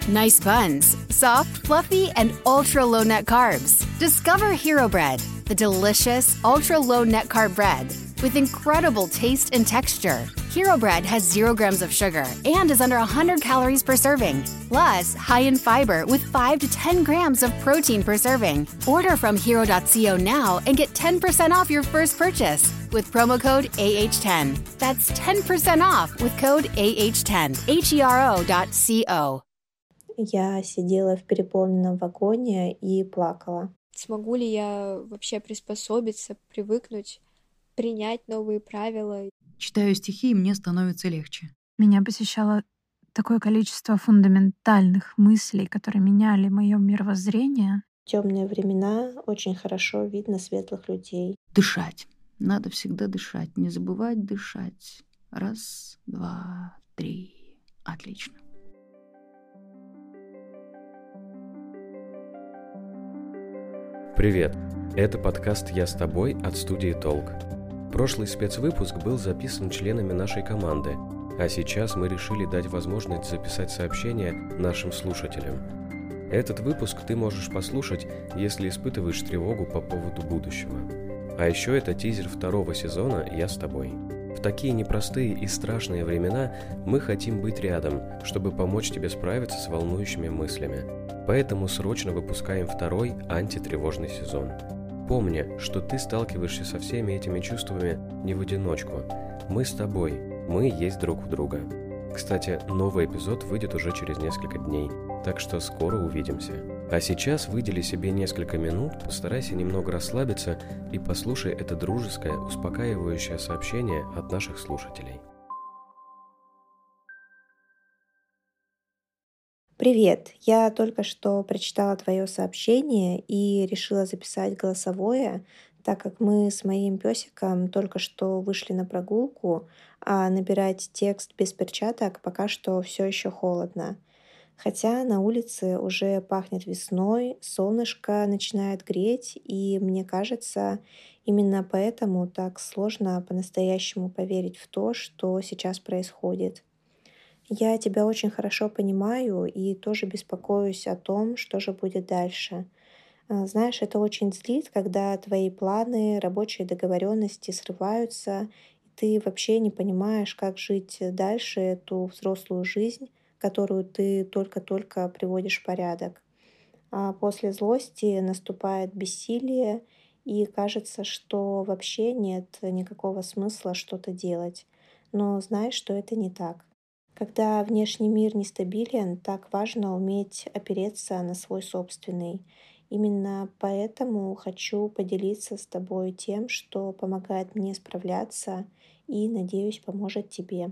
Nice buns, soft, fluffy, and ultra-low net carbs. Discover Hero Bread, the delicious, ultra-low net carb bread with incredible taste and texture. Hero Bread has 0 grams of sugar and is under 100 calories per serving. Plus, high in fiber with 5 to 10 grams of protein per serving. Order from hero.co now and get 10% off your first purchase with promo code AH10. That's 10% off with code AH10. HERO.co. Я сидела в переполненном вагоне и плакала. Смогу ли я вообще приспособиться, привыкнуть, принять новые правила? Читаю стихи, и мне становится легче. Меня посещало такое количество фундаментальных мыслей, которые меняли мое мировоззрение. В темные времена очень хорошо видно светлых людей. Дышать. Надо всегда дышать. Не забывать дышать. 1, 2, 3. Отлично. Привет! Это подкаст «Я с тобой» от студии «Толк». Прошлый спецвыпуск был записан членами нашей команды, а сейчас мы решили дать возможность записать сообщение нашим слушателям. Этот выпуск ты можешь послушать, если испытываешь тревогу по поводу будущего. А еще это тизер 2 сезона «Я с тобой». В такие непростые и страшные времена мы хотим быть рядом, чтобы помочь тебе справиться с волнующими мыслями. Поэтому срочно выпускаем 2-й антитревожный сезон. Помни, что ты сталкиваешься со всеми этими чувствами не в одиночку. Мы с тобой, мы есть друг у друга. Кстати, новый эпизод выйдет уже через несколько дней, так что скоро увидимся. А сейчас выдели себе несколько минут, постарайся немного расслабиться и послушай это дружеское, успокаивающее сообщение от наших слушателей. Привет! Я только что прочитала твое сообщение и решила записать голосовое, так как мы с моим песиком только что вышли на прогулку, а набирать текст без перчаток пока что все еще холодно. Хотя на улице уже пахнет весной, солнышко начинает греть, и мне кажется, именно поэтому так сложно по-настоящему поверить в то, что сейчас происходит. Я тебя очень хорошо понимаю и тоже беспокоюсь о том, что же будет дальше. Знаешь, это очень злит, когда твои планы, рабочие договоренности срываются, и ты вообще не понимаешь, как жить дальше эту взрослую жизнь, которую ты только-только приводишь в порядок. А после злости наступает бессилие, и кажется, что вообще нет никакого смысла что-то делать. Но знаешь, что это не так. Когда внешний мир нестабилен, так важно уметь опереться на свой собственный. Именно поэтому хочу поделиться с тобой тем, что помогает мне справляться и, надеюсь, поможет тебе.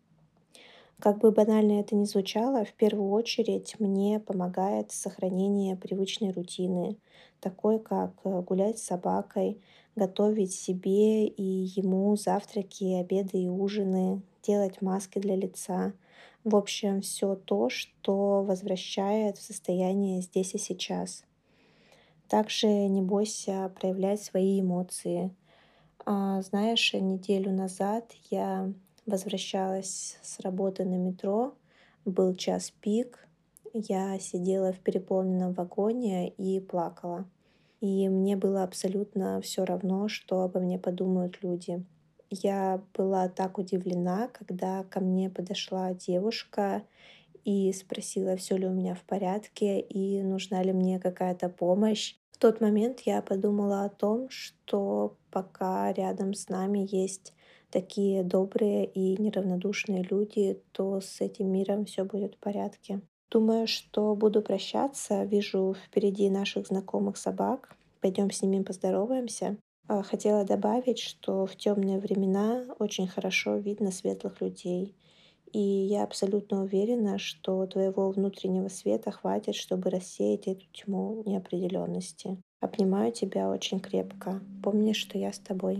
Как бы банально это ни звучало, в первую очередь мне помогает сохранение привычной рутины, такой как гулять с собакой, готовить себе и ему завтраки, обеды и ужины, делать маски для лица. В общем, все то, что возвращает в состояние здесь и сейчас. Также не бойся проявлять свои эмоции. Знаешь, неделю назад я возвращалась с работы на метро, был час пик, я сидела в переполненном вагоне и плакала. И мне было абсолютно все равно, что обо мне подумают люди. Я была так удивлена, когда ко мне подошла девушка и спросила, все ли у меня в порядке и нужна ли мне какая-то помощь. В тот момент я подумала о том, что пока рядом с нами есть такие добрые и неравнодушные люди, то с этим миром все будет в порядке. Думаю, что буду прощаться. Вижу впереди наших знакомых собак. Пойдем с ними поздороваемся. Хотела добавить, что в темные времена очень хорошо видно светлых людей. И я абсолютно уверена, что твоего внутреннего света хватит, чтобы рассеять эту тьму неопределенности. Обнимаю тебя очень крепко. Помни, что я с тобой.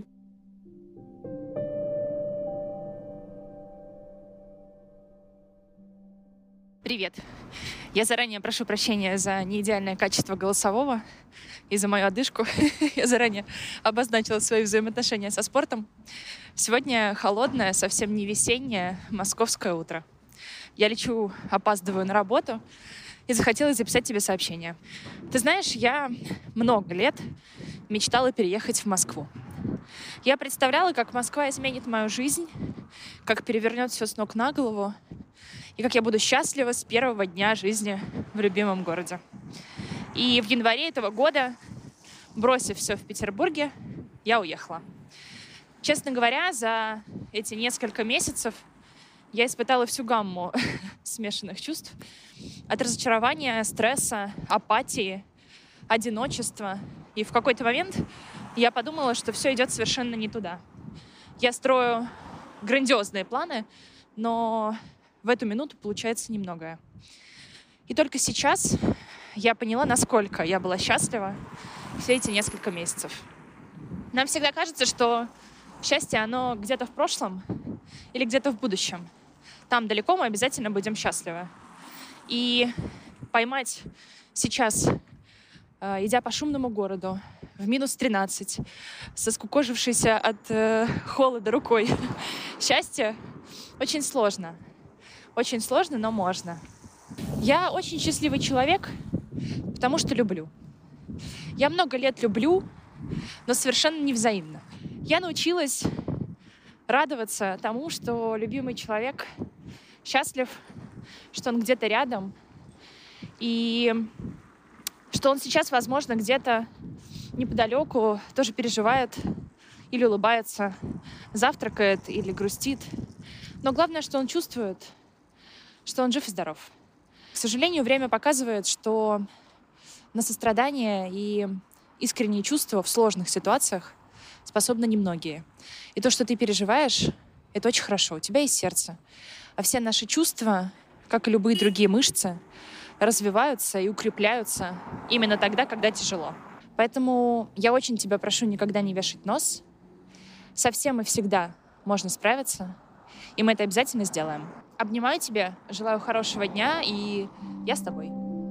Привет. Я заранее прошу прощения за неидеальное качество голосового и за мою одышку. Я заранее обозначила свои взаимоотношения со спортом. Сегодня холодное, совсем не весеннее московское утро. Я лечу, опаздываю на работу и захотелось записать тебе сообщение. Ты знаешь, я много лет мечтала переехать в Москву. Я представляла, как Москва изменит мою жизнь, как перевернет все с ног на голову, и как я буду счастлива с первого дня жизни в любимом городе. И в январе этого года, бросив все в Петербурге, я уехала. Честно говоря, за эти несколько месяцев я испытала всю гамму смешанных чувств. От разочарования, стресса, апатии, одиночества. И в какой-то момент я подумала, что все идет совершенно не туда. Я строю грандиозные планы, но в эту минуту получается немногое. И только сейчас я поняла, насколько я была счастлива все эти несколько месяцев. Нам всегда кажется, что счастье, оно где-то в прошлом или где-то в будущем. Там далеко мы обязательно будем счастливы. И поймать сейчас, идя по шумному городу, в минус 13, соскукожившейся от холода рукой, счастье очень сложно. Очень сложно, но можно. Я очень счастливый человек, потому что люблю. Я много лет люблю, но совершенно невзаимно. Я научилась радоваться тому, что любимый человек счастлив, что он где-то рядом, и что он сейчас, возможно, где-то неподалеку тоже переживает или улыбается, завтракает или грустит. Но главное, что он чувствует, что он жив и здоров. К сожалению, время показывает, что на сострадание и искренние чувства в сложных ситуациях способны немногие. И то, что ты переживаешь, это очень хорошо. У тебя есть сердце. А все наши чувства, как и любые другие мышцы, развиваются и укрепляются именно тогда, когда тяжело. Поэтому я очень тебя прошу никогда не вешать нос. Со всем и всегда можно справиться, и мы это обязательно сделаем. Обнимаю тебя, желаю хорошего дня, и я с тобой.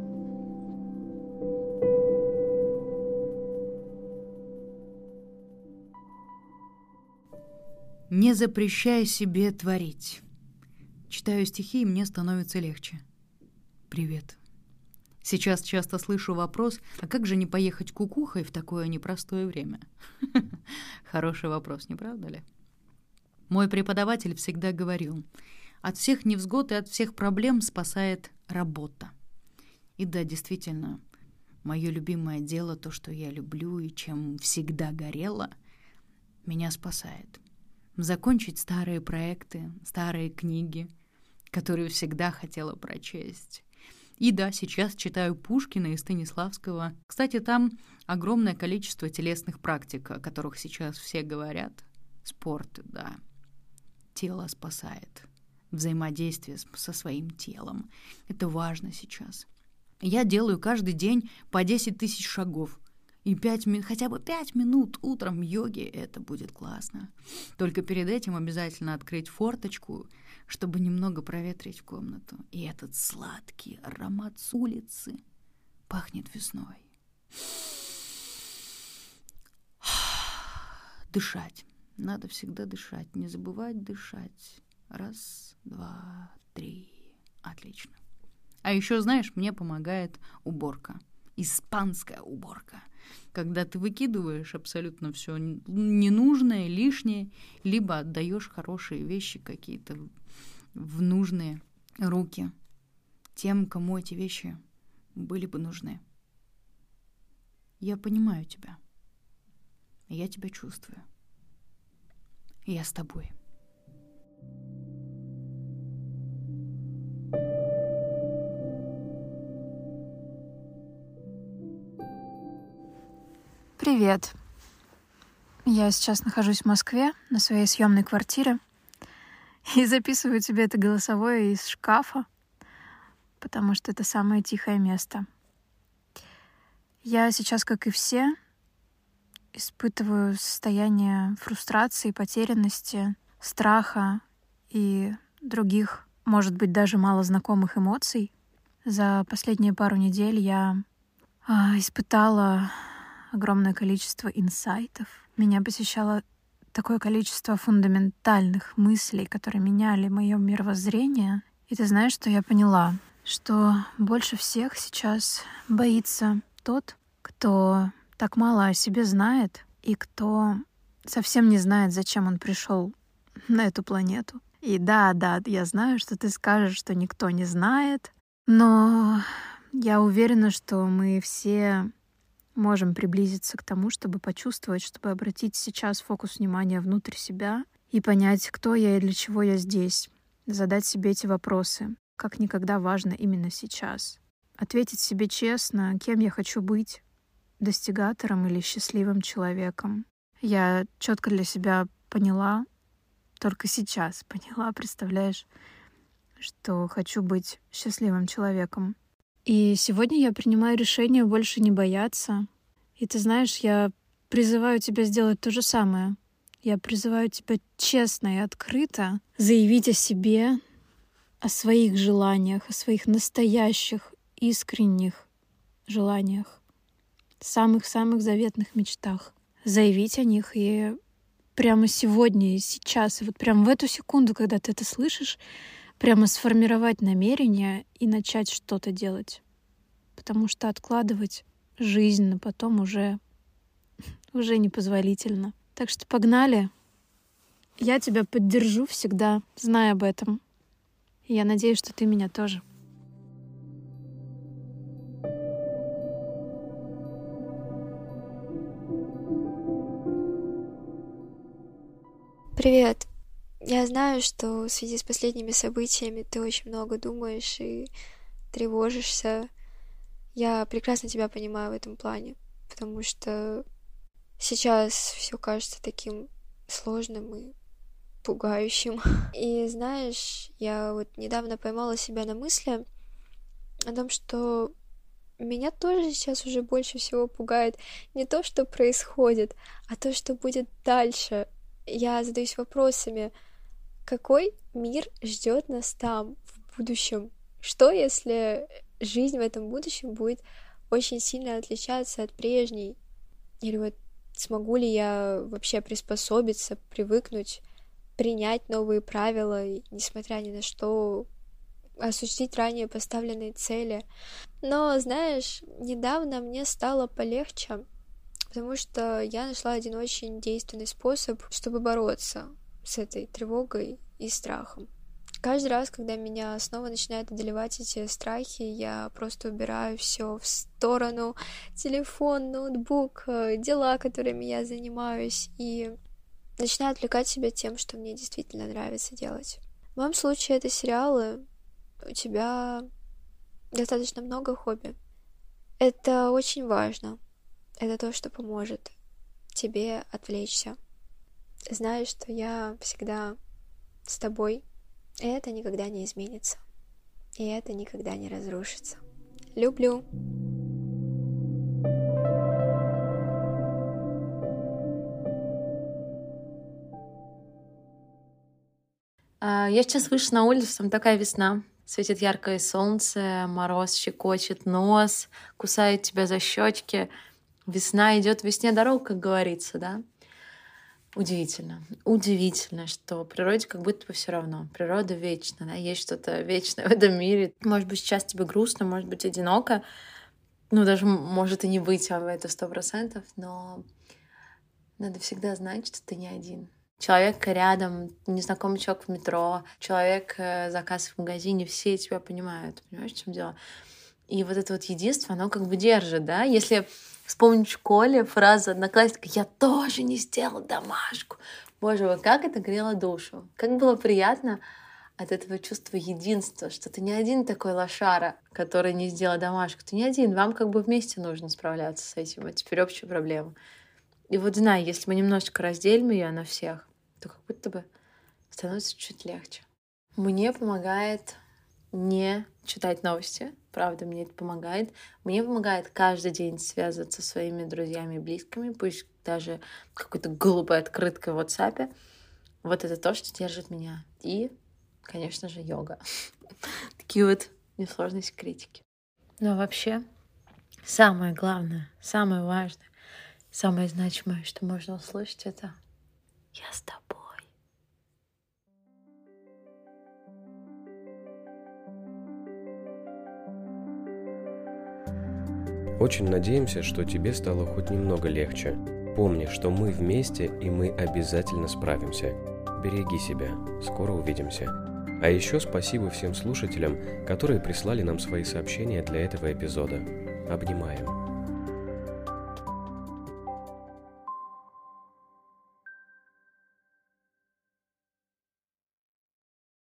Не запрещай себе творить. Читаю стихи, и мне становится легче. Привет. Сейчас часто слышу вопрос, а как же не поехать кукухой в такое непростое время? Хороший вопрос, не правда ли? Мой преподаватель всегда говорил, от всех невзгод и от всех проблем спасает работа. И да, действительно, мое любимое дело, то, что я люблю и чем всегда горела, меня спасает. Закончить старые проекты, старые книги, которые всегда хотела прочесть. И да, сейчас читаю Пушкина и Станиславского. Кстати, там огромное количество телесных практик, о которых сейчас все говорят. Спорт, да. Тело спасает. Взаимодействие со своим телом. Это важно сейчас. Я делаю каждый день по 10 тысяч шагов. И хотя бы 5 минут утром йоги, это будет классно. Только перед этим обязательно открыть форточку, чтобы немного проветрить комнату. И этот сладкий аромат с улицы пахнет весной. Дышать. Надо всегда дышать. Не забывать дышать. 1, 2, 3. Отлично. А еще, знаешь, мне помогает уборка. Испанская уборка. Когда ты выкидываешь абсолютно все ненужное, лишнее, либо отдаешь хорошие вещи какие-то в нужные руки тем, кому эти вещи были бы нужны. Я понимаю тебя. Я тебя чувствую. Я с тобой. Привет. Я сейчас нахожусь в Москве на своей съемной квартире и записываю тебе это голосовое из шкафа, потому что это самое тихое место. Я сейчас, как и все, испытываю состояние фрустрации, потерянности, страха и других, может быть, даже малознакомых эмоций. За последние пару недель я испытала огромное количество инсайтов. Меня посещало такое количество фундаментальных мыслей, которые меняли мое мировоззрение. И ты знаешь, что я поняла? Что больше всех сейчас боится тот, кто так мало о себе знает и кто совсем не знает, зачем он пришел на эту планету. И да, я знаю, что ты скажешь, что никто не знает, но я уверена, что мы все можем приблизиться к тому, чтобы почувствовать, чтобы обратить сейчас фокус внимания внутрь себя и понять, кто я и для чего я здесь. Задать себе эти вопросы, как никогда важно именно сейчас. Ответить себе честно, кем я хочу быть, достигатором или счастливым человеком. Я четко для себя поняла, только сейчас поняла, представляешь, что хочу быть счастливым человеком. И сегодня я принимаю решение больше не бояться. И ты знаешь, я призываю тебя сделать то же самое. Я призываю тебя честно и открыто заявить о себе, о своих желаниях, о своих настоящих, искренних желаниях, самых-самых заветных мечтах. Заявить о них и прямо сегодня и сейчас, и вот прямо в эту секунду, когда ты это слышишь, прямо сформировать намерение и начать что-то делать. Потому что откладывать жизнь на потом уже непозволительно. Так что погнали. Я тебя поддержу всегда, знай об этом. И я надеюсь, что ты меня тоже. Привет. Я знаю, что в связи с последними событиями ты очень много думаешь и тревожишься. Я прекрасно тебя понимаю в этом плане, потому что сейчас все кажется таким сложным и пугающим. И знаешь, я вот недавно поймала себя на мысли о том, что меня тоже сейчас уже больше всего пугает не то, что происходит, а то, что будет дальше. Я задаюсь вопросами, какой мир ждет нас там, в будущем? Что, если жизнь в этом будущем будет очень сильно отличаться от прежней? Или вот смогу ли я вообще приспособиться, привыкнуть, принять новые правила, и, несмотря ни на что, осуществить ранее поставленные цели? Но, знаешь, недавно мне стало полегче, потому что я нашла один очень действенный способ, чтобы бороться с этой тревогой и страхом. Каждый раз, когда меня снова начинают одолевать эти страхи, я просто убираю все в сторону: телефон, ноутбук, дела, которыми я занимаюсь, и начинаю отвлекать себя тем, что мне действительно нравится делать. В моем случае это сериалы. У тебя достаточно много хобби. Это очень важно. Это то, что поможет тебе отвлечься. Знай, что я всегда с тобой, и это никогда не изменится, и это никогда не разрушится. Люблю. Я сейчас вышла на улицу, там такая весна. Светит яркое солнце, мороз щекочет нос, кусает тебя за щечки. Весна идет весне дорога, как говорится, да? Удивительно. Удивительно, что природе как будто бы все равно. Природа вечна, да? Есть что-то вечное в этом мире. Может быть, сейчас тебе грустно, может быть, одиноко. Ну, даже может и не быть, а это 100%. Но надо всегда знать, что ты не один. Человек рядом, незнакомый человек в метро, человек за кассой в магазине, все тебя понимают. Понимаешь, в чем дело? И вот это вот единство, оно как бы держит, да? Если вспомнить в школе фразу одноклассника «Я тоже не сделал домашку». Боже мой, как это грело душу. Как было приятно от этого чувства единства, что ты не один такой лошара, который не сделал домашку. Ты не один, вам как бы вместе нужно справляться с этим. Это теперь общая проблема. И вот знаю, если мы немножечко разделим ее на всех, то как будто бы становится чуть легче. Мне помогает не читать новости. Правда, мне это помогает. Мне помогает каждый день связываться со своими друзьями и близкими, пусть даже какой-то глупой открыткой в WhatsApp. Вот это то, что держит меня. И, конечно же, йога. Такие вот несложные секретики. Но вообще, самое главное, самое важное, самое значимое, что можно услышать, это «Я с тобой». Очень надеемся, что тебе стало хоть немного легче. Помни, что мы вместе, и мы обязательно справимся. Береги себя. Скоро увидимся. А еще спасибо всем слушателям, которые прислали нам свои сообщения для этого эпизода. Обнимаем.